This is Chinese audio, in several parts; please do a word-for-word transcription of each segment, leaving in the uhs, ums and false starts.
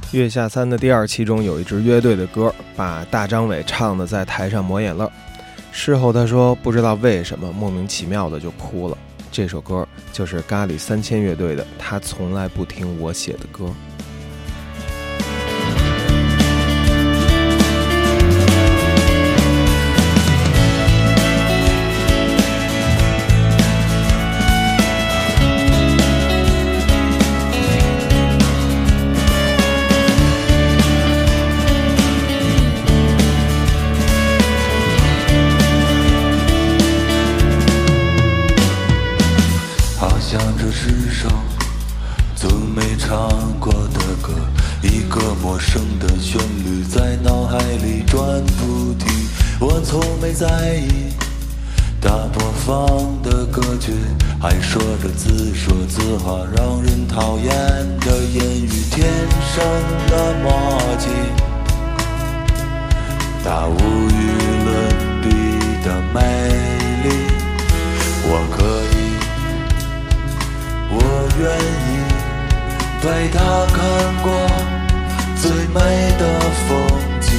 月下三的第二期中有一支乐队的歌，把大张伟唱的在台上抹眼泪。事后他说不知道为什么莫名其妙的就哭了。这首歌就是咖喱三千乐队的《他从来不听我写的歌》。 像这世上从没唱过的歌，一个陌生的旋律在脑海里转不停。我从没在意大播放的歌曲，还说着自说自话让人讨厌的言语，天生的默契，它无与伦比的美丽。我可以我愿意带他看过最美的风景，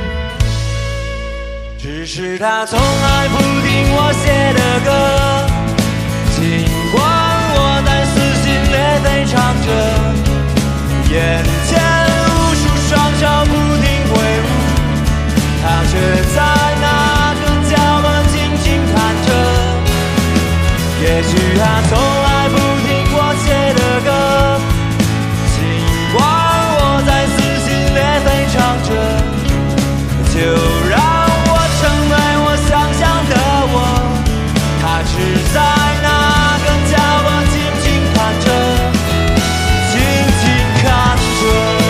只是他从来不听我写的歌，尽管我在撕心裂肺唱着，眼前无数双手不停挥舞，他却在那个角落静静看着。也许他从来不我写的歌，尽管我在撕心裂肺唱着，就让我成为我想象的我。他只在那个角落静静看着，静静看着。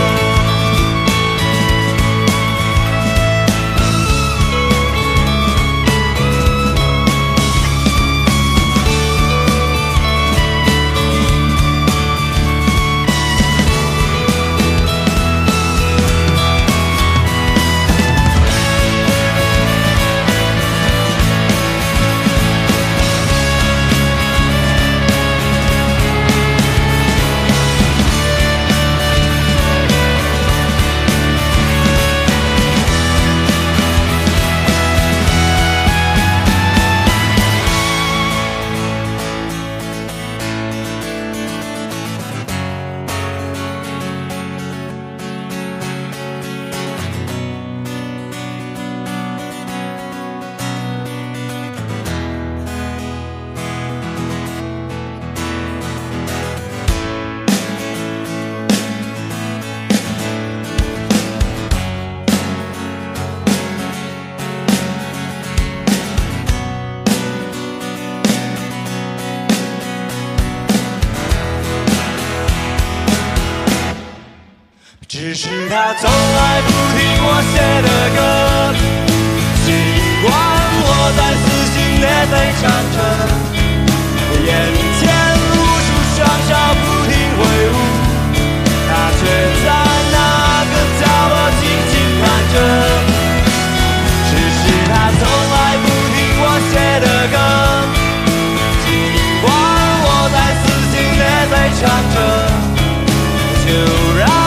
只是他从来不听我写的歌，尽管我在撕心裂肺唱着，眼前无数双手不停挥舞，他却在那个角落静静看着。只是他从来不听我写的歌，尽管我在撕心裂肺唱着，就让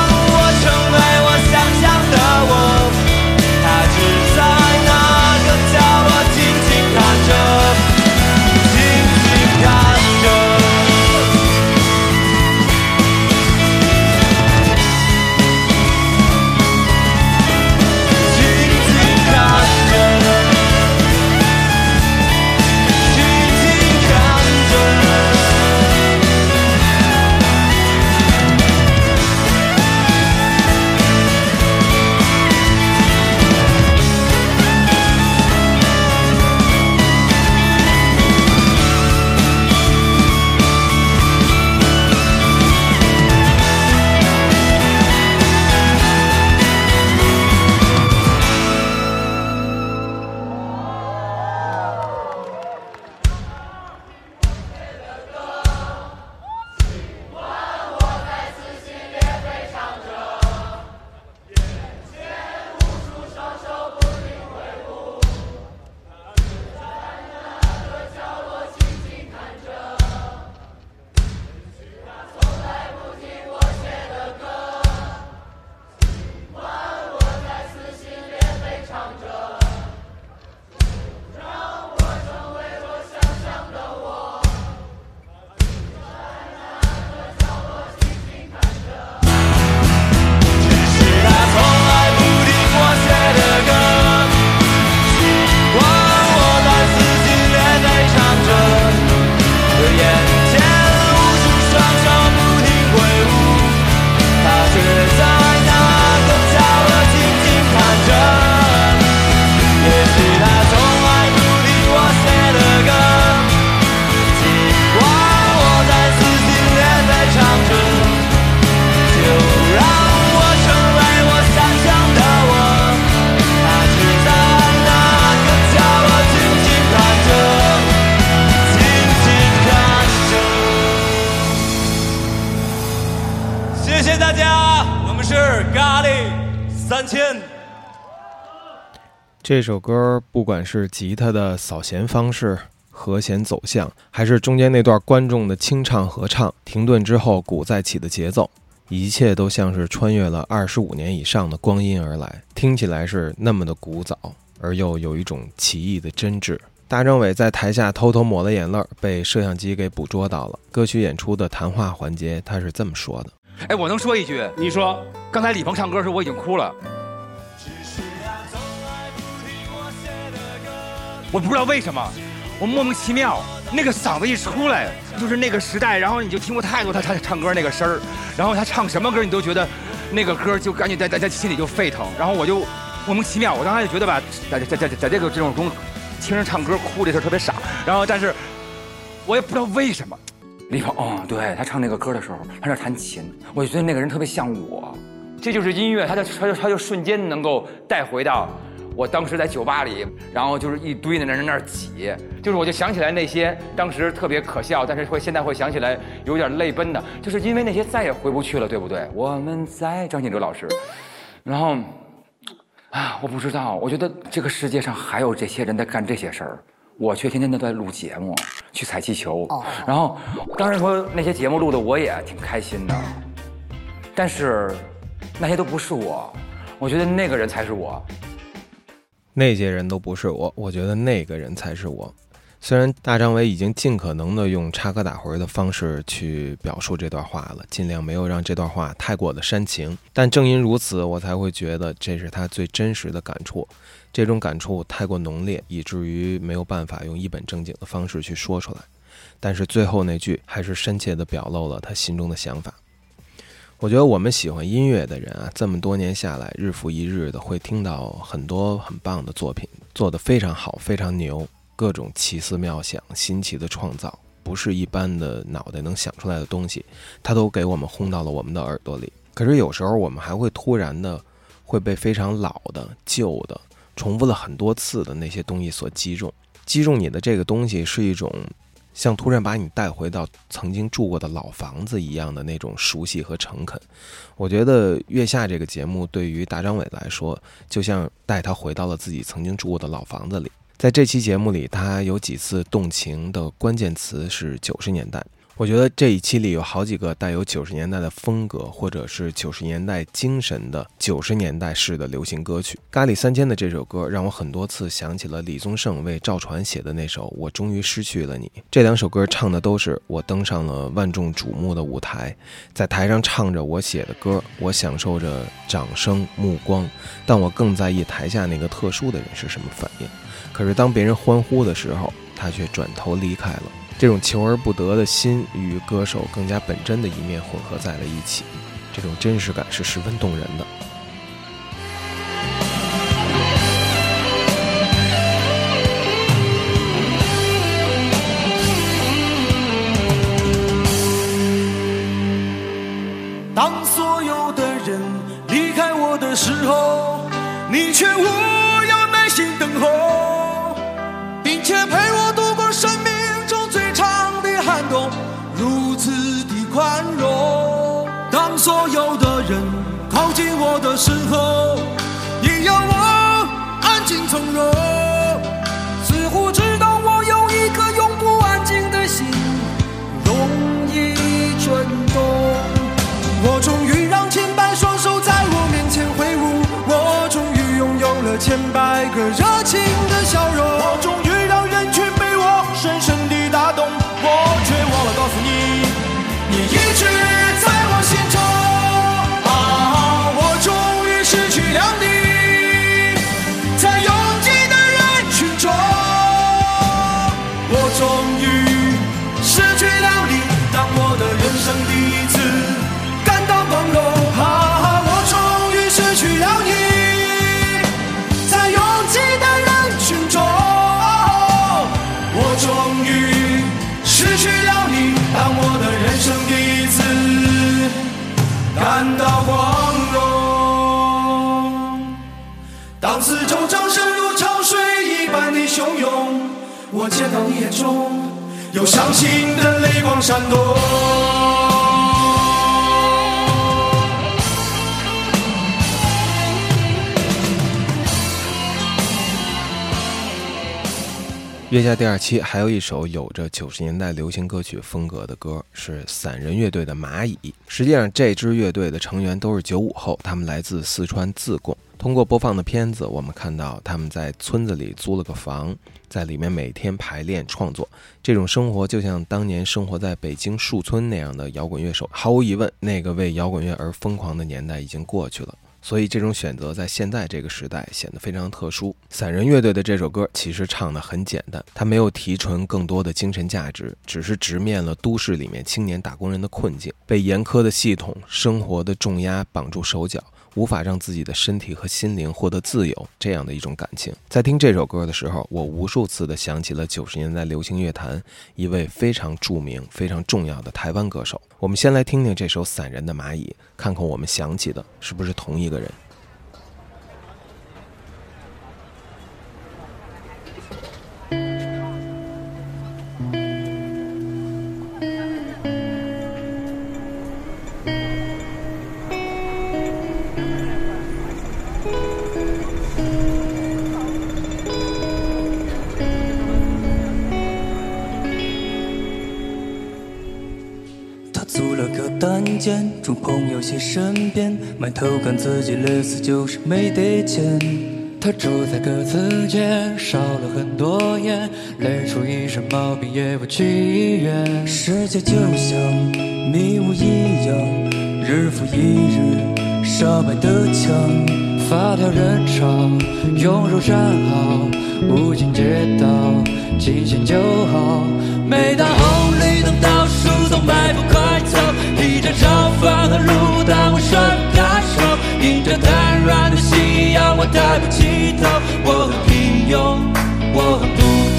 在那个角落静静看着，静静看着。 谢谢大家，我们是咖喱三千。 这首歌不管是吉他的扫弦方式、和弦走向，还是中间那段观众的清唱合唱，停顿之后鼓再起的节奏，一切都像是穿越了二十五年以上的光阴而来，听起来是那么的古早，而又有一种奇异的真挚。大张伟在台下偷偷抹了眼泪，被摄像机给捕捉到了。歌曲演出的谈话环节，他是这么说的： 哎，我能说一句？ 你说， 刚才李鹏唱歌的时候我已经哭了，我不知道为什么，我莫名其妙，那个嗓子一出来，就是那个时代，然后你就听过太多他他唱歌那个声儿，然后他唱什么歌你都觉得那个歌就感觉在在在心里就沸腾，然后我就莫名其妙，我当时就觉得吧，在在在在这个这种中听人唱歌哭这事特别傻，然后但是我也不知道为什么。李鹏，哦，对他唱那个歌的时候，他在弹琴，我就觉得那个人特别像我，这就是音乐，他就他就他就瞬间能够带回到我当时在酒吧里，然后就是一堆的人在那儿挤，就是我就想起来那些当时特别可笑，但是会现在会想起来有点泪奔的，就是因为那些再也回不去了，对不对？我们在张信哲老师，然后啊，我不知道，我觉得这个世界上还有这些人在干这些事儿，我却天天都在录节目，去踩气球，然后当然说那些节目录的我也挺开心的，但是那些都不是我，我觉得那个人才是我。 那些人都不是我，我觉得那个人才是我。虽然大张伟已经尽可能的用插科打诨的方式去表述这段话了，尽量没有让这段话太过的煽情，但正因如此，我才会觉得这是他最真实的感触。这种感触太过浓烈，以至于没有办法用一本正经的方式去说出来。但是最后那句还是深切地表露了他心中的想法。我觉得我们喜欢音乐的人啊，这么多年下来，日复一日的会听到很多很棒的作品，做得非常好，非常牛，各种奇思妙想、新奇的创造，不是一般的脑袋能想出来的东西，它都给我们轰到了我们的耳朵里。可是有时候我们还会突然的会被非常老的、旧的、重复了很多次的那些东西所击中。击中你的这个东西是一种像突然把你带回到曾经住过的老房子一样的那种熟悉和诚恳。我觉得《月下》这个节目对于大张伟来说，就像带他回到了自己曾经住过的老房子里。在这期节目里，他有几次动情的关键词是九十年代。我觉得这一期里有好几个带有九十年代的风格，或者是九十年代精神的九十年代式的流行歌曲。咖喱三千的这首歌让我很多次想起了李宗盛为赵传写的那首《我终于失去了你》。这两首歌唱的都是我登上了万众瞩目的舞台，在台上唱着我写的歌，我享受着掌声目光，但我更在意台下那个特殊的人是什么反应。可是当别人欢呼的时候，他却转头离开了。这种求而不得的心与歌手更加本真的一面混合在了一起，这种真实感是十分动人的。 当所有的人离开我的时候，你却无有耐心等候，并且陪我度过生命中最长的寒冬，如此的宽容。当所有的人靠近我的时候，你要我安静从容，似乎知道我有一颗永不安静的心，容易转动。我终于让千百双手在我面前挥舞，我终于拥有了千百个热情的笑容，我终于让人群被我深深地打动，我却忘了告诉你，你一直在我心中啊！我终于失去了你，在拥挤的人群中，我终于失去了你，当我的人生第一次感到光荣啊！我终于失去了你，在拥挤的人群中，我终于失去了你，当我的人生第一次感到光荣。当四周掌声如潮水一般的汹涌，我见到你眼中有伤心的泪光闪动。 月下第二期还有一首有着九十年代流行歌曲风格的歌，是散人乐队的蚂蚁。实际上这支乐队的成员都是九五后，他们来自四川自贡。通过播放的片子，我们看到他们在村子里租了个房，在里面每天排练创作。这种生活就像当年生活在北京树村那样的摇滚乐手。毫无疑问，那个为摇滚乐而疯狂的年代已经过去了，所以这种选择在现在这个时代显得非常特殊。散人乐队的这首歌其实唱得很简单，它没有提纯更多的精神价值，只是直面了都市里面青年打工人的困境，被严苛的系统、生活的重压绑住手脚，无法让自己的身体和心灵获得自由，这样的一种感情。在听这首歌的时候，我无数次的想起了九十年代流行乐坛一位非常著名非常重要的台湾歌手。我们先来听听这首散人的蚂蚁，看看我们想起的是不是同一个人。 租了个单间，住朋友些身边，埋头看自己累死就是没得钱。他住在格子间，烧了很多烟，累出一身毛病也不去医院。世界就像迷雾一样，日复一日，烧白的墙，发条人潮，用肉站好，无尽街道，尽显就好。每当红绿灯倒数，总迈步快走，披着长发和路当我甩不开手，迎着瘫软的夕阳，我抬不起头。我很平庸，我很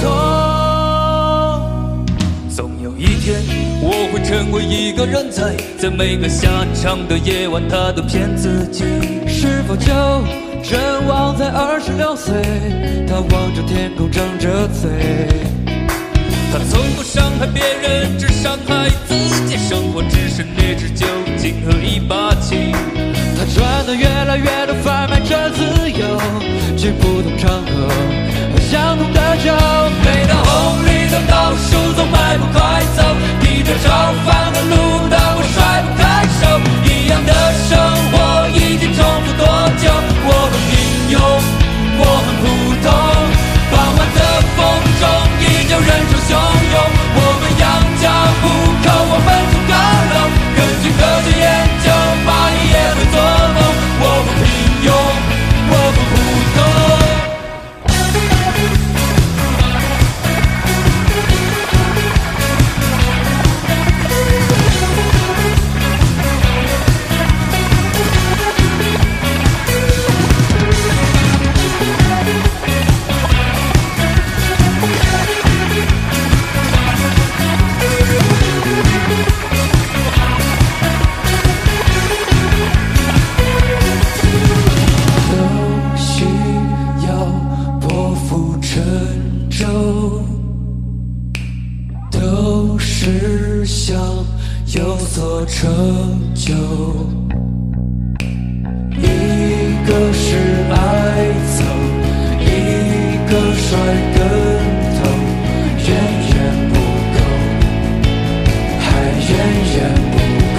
普通。总有一天，我会成为一个人才，在每个下场的夜晚，他都骗自己。是否就真忘在二十六岁？他望着天空，张着嘴。他从不伤害别人，只伤害自己。生活只是那支酒精和一把琴。他赚得越来越多，贩卖着自由，去不同场合喝相同的酒。每当红绿灯倒数，总迈步快走，披着长发的路当我甩不开手。一样的生活已经重复多久？我很平庸，我很普通。傍晚的风中依旧人潮汹涌，我们养家糊口，我们住高楼。根据科学研究，蚂蚁也会做梦。我不平庸，我不普通。都是想有所成就，一个是挨揍，一个摔跟头，远远不够，还远远不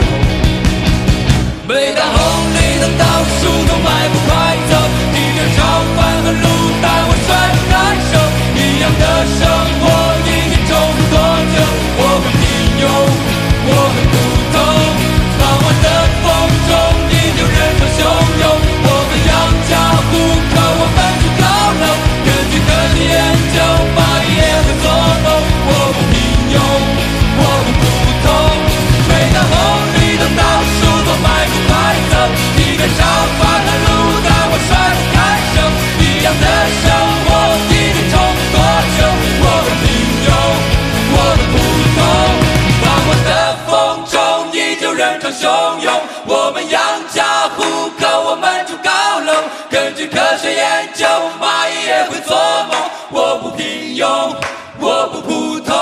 够。每当红绿灯倒数，都迈步快走，披着长发和路但我甩不开手。一样的生活已经重复多久？我很平庸，我很普通。傍晚的风中依旧人潮汹涌，我们养家糊口，我们住高楼。根据科学研究，蚂蚁也会做梦。我不平庸，我很普通。每当红绿灯倒数，都迈步快走，披着长发的路但我甩不开手。一样的生活已经重复多久？我很平庸，我很普通。傍晚的风中依旧人潮汹涌，我们养家糊口，我们住高楼。根据科学研究，蚂蚁也会做梦。我不平庸，我不普通。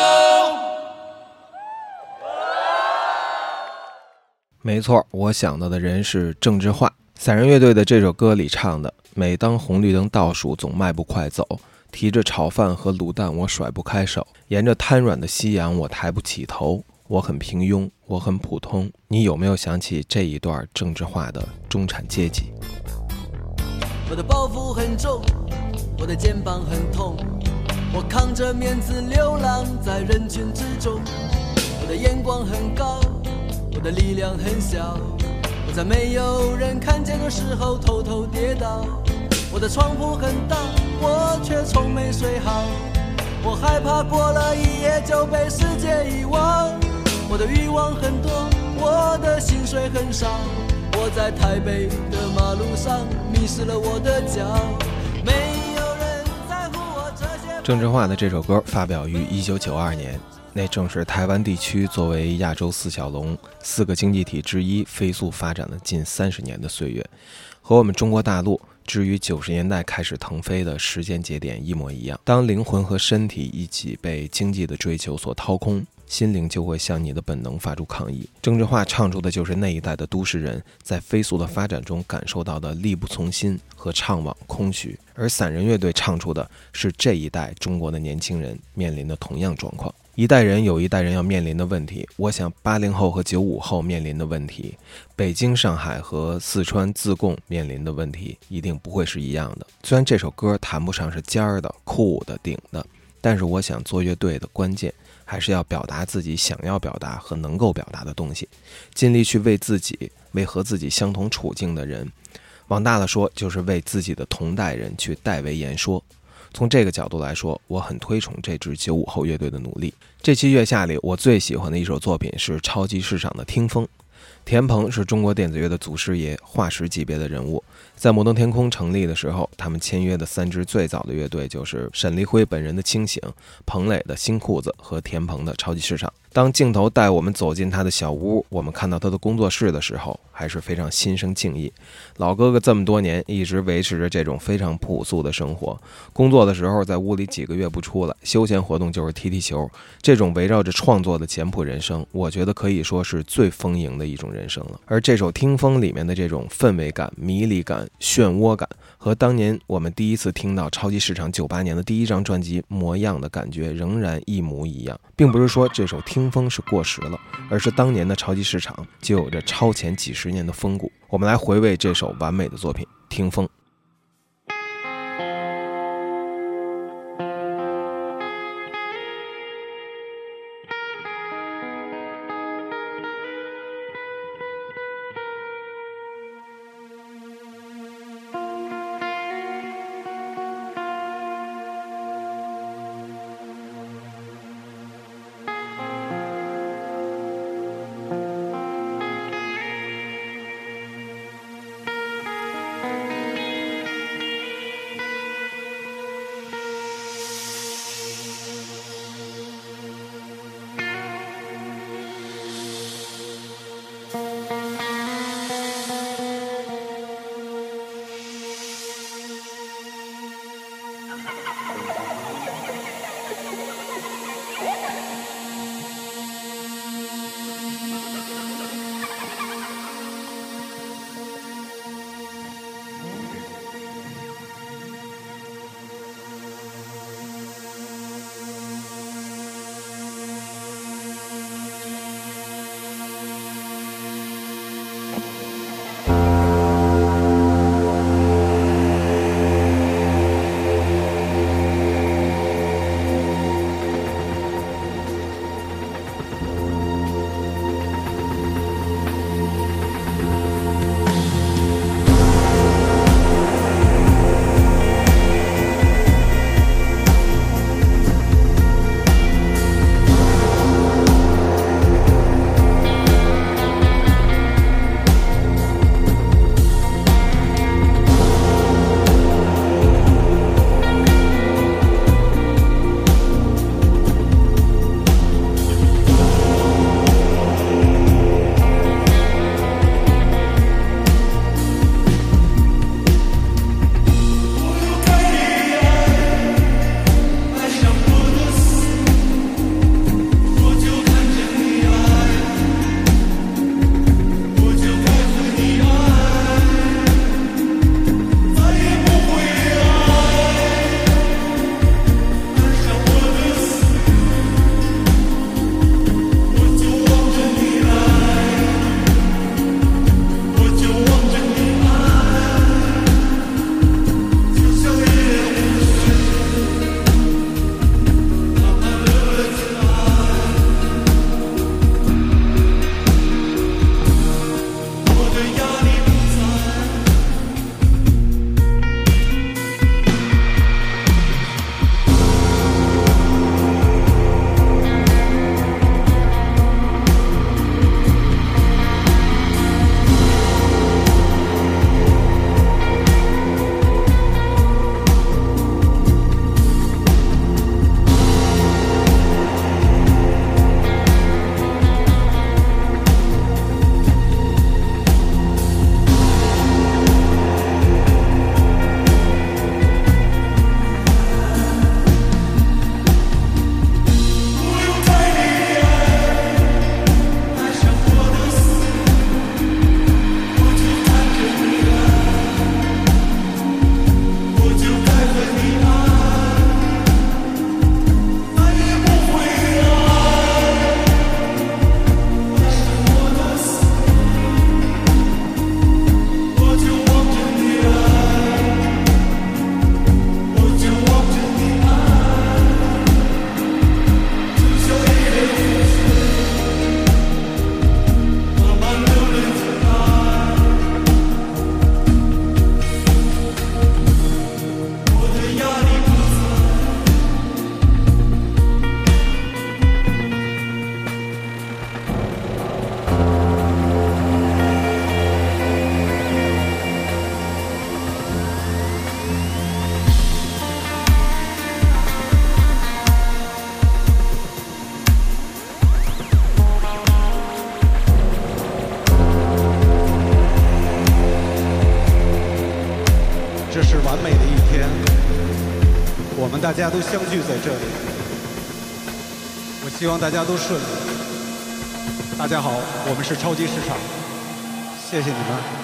没错，我想到的人是郑智化。散人乐队的这首歌里唱的，每当红绿灯倒数，总迈步快走， 提着炒饭和卤蛋我甩不开手，沿着瘫软的夕阳我抬不起头，我很平庸，我很普通。你有没有想起这一段政治化的中产阶级？ 我的包袱很重，我的肩膀很痛，我扛着面子流浪在人群之中。我的眼光很高，我的力量很小，我在没有人看见的时候偷偷跌倒。我的床铺很大，我却从没睡好，我害怕过了一夜就被世界遗忘。我的欲望很多，我的薪水很少，我在台北的马路上迷失了我的脚，没有人在乎我这些。 政治化的这首歌发表于一九九二年，那正是台湾地区作为亚洲四小龙四个经济体之一飞速发展了近三十年的岁月，和我们中国大陆至于九十年代开始腾飞的时间节点一模一样。当灵魂和身体一起被经济的追求所掏空，心灵就会向你的本能发出抗议。政治化唱出的就是那一代的都市人在飞速的发展中感受到的力不从心和怅惘空虚，而散人乐队唱出的是这一代中国的年轻人面临的同样状况。一代人有一代人要面临的问题，我想八零后和九五后面临的问题，北京、上海和四川自贡面临的问题一定不会是一样的。虽然这首歌谈不上是尖儿的、酷的、顶的，但是我想做乐队的关键还是要表达自己想要表达和能够表达的东西，尽力去为自己、为和自己相同处境的人，往大了说就是为自己的同代人去代为言说。从这个角度来说，我很推崇这支九五后乐队的努力。这期月下里，我最喜欢的一首作品是超级市场的《听风》。田鹏是中国电子乐的祖师爷，化石级别的人物。在摩登天空成立的时候，他们签约的三支最早的乐队就是沈立辉本人的清醒、彭磊的新裤子和田鹏的超级市场。当镜头带我们走进他的小屋，我们看到他的工作室的时候，还是非常心生敬意。老哥哥这么多年一直维持着这种非常朴素的生活，工作的时候在屋里几个月不出来，休闲活动就是踢踢球。这种围绕着创作的简朴人生，我觉得可以说是最丰盈的一种人生了。而这首《听风》里面的这种氛围感、迷离感、漩涡感，和当年我们第一次听到超级市场九八年的第一张专辑模样的感觉仍然一模一样。并不是说这首《听风》是过时了，而是当年的超级市场就有着超前几十年的风骨。我们来回味这首完美的作品《听风》。 完美的一天，我们大家都相聚在这里。我希望大家都顺利。大家好，我们是超级市场，谢谢你们。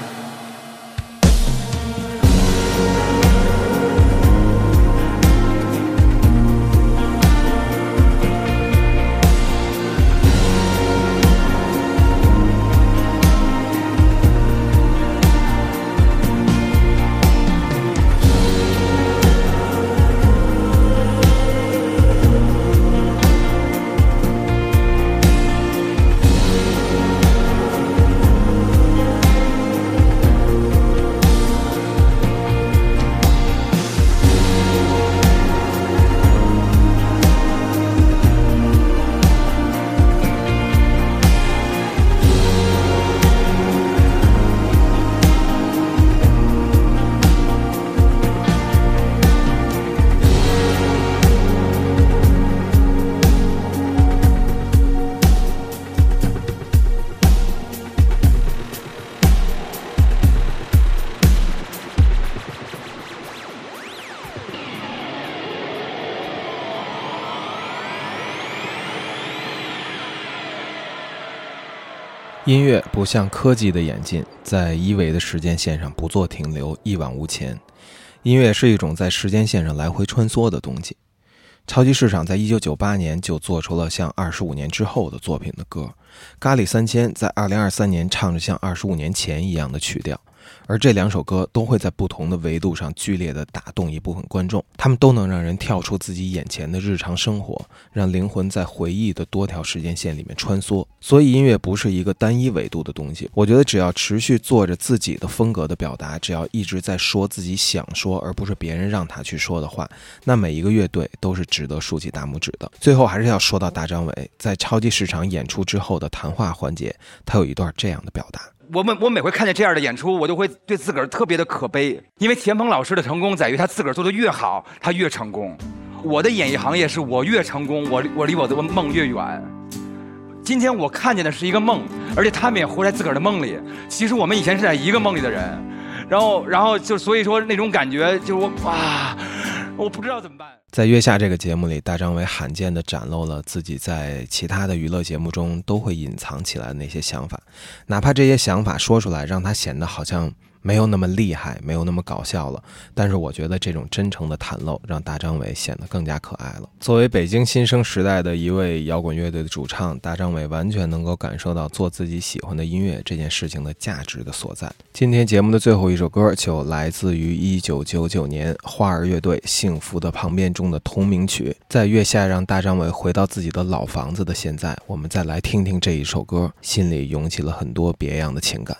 音乐不像科技的演进，在一维的时间线上不做停留，一往无前。音乐是一种在时间线上来回穿梭的东西。超级市场在一九九八年就做出了像二十五年之后的作品的歌，咖喱三千在二零二三年唱着像二十五年前一样的曲调，而这两首歌都会在不同的维度上剧烈地打动一部分观众，他们都能让人跳出自己眼前的日常生活，让灵魂在回忆的多条时间线里面穿梭。所以音乐不是一个单一维度的东西，我觉得只要持续做着自己的风格的表达，只要一直在说自己想说而不是别人让他去说的话，那每一个乐队都是值得竖起大拇指的。最后还是要说到大张伟在超级市场演出之后的谈话环节，他有一段这样的表达。 我们我每回看见这样的演出，我就会对自个儿特别的可悲，因为田鹏老师的成功在于他自个儿做的越好，他越成功。我的演艺行业是我越成功，我我离我的梦越远。今天我看见的是一个梦，而且他们也活在自个儿的梦里。其实我们以前是在一个梦里的人，然后然后就所以说那种感觉，就我啊，我不知道怎么办。 在月下这个节目里，大张伟罕见地展露了自己在其他的娱乐节目中都会隐藏起来的那些想法，哪怕这些想法说出来让他显得好像没有那么厉害，没有那么搞笑了，但是我觉得这种真诚的袒露让大张伟显得更加可爱了。作为北京新生时代的一位摇滚乐队的主唱，大张伟完全能够感受到做自己喜欢的音乐这件事情的价值的所在。今天节目的最后一首歌就来自于一九九九年花儿乐队《幸福的旁边》中的同名曲。在月下让大张伟回到自己的老房子的现在，我们再来听听这一首歌，心里涌起了很多别样的情感。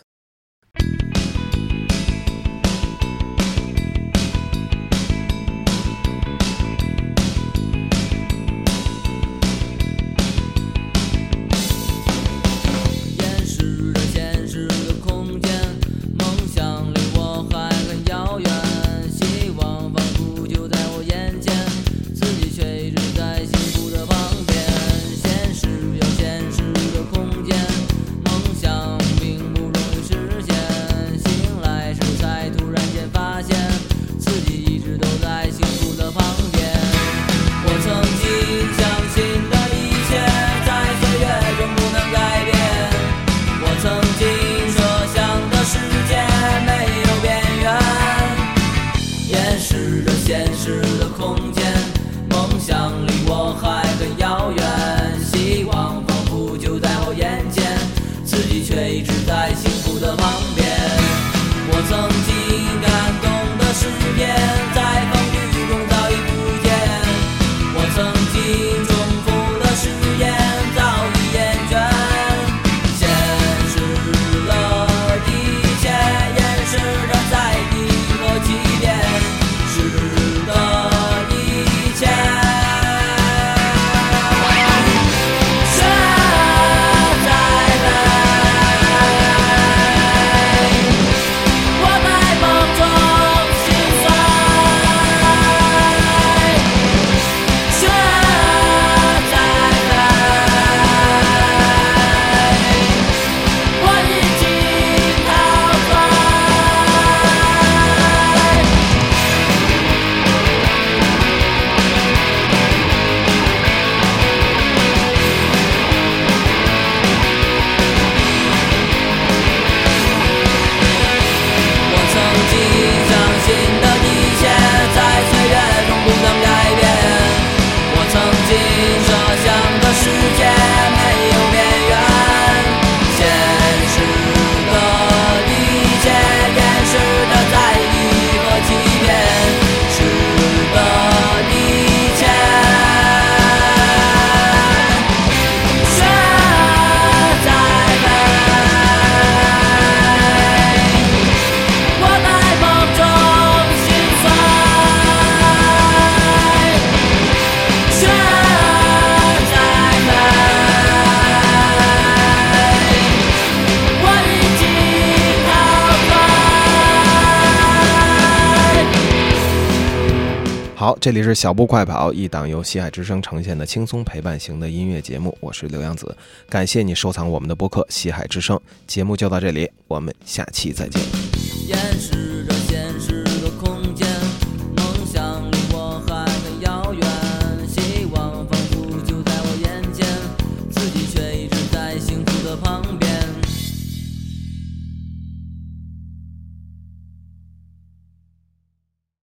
好，这里是小步快跑，一档由西海之声呈现的轻松陪伴型的音乐节目，我是刘洋子，感谢你收藏我们的播客西海之声，节目就到这里，我们下期再见。 掩饰着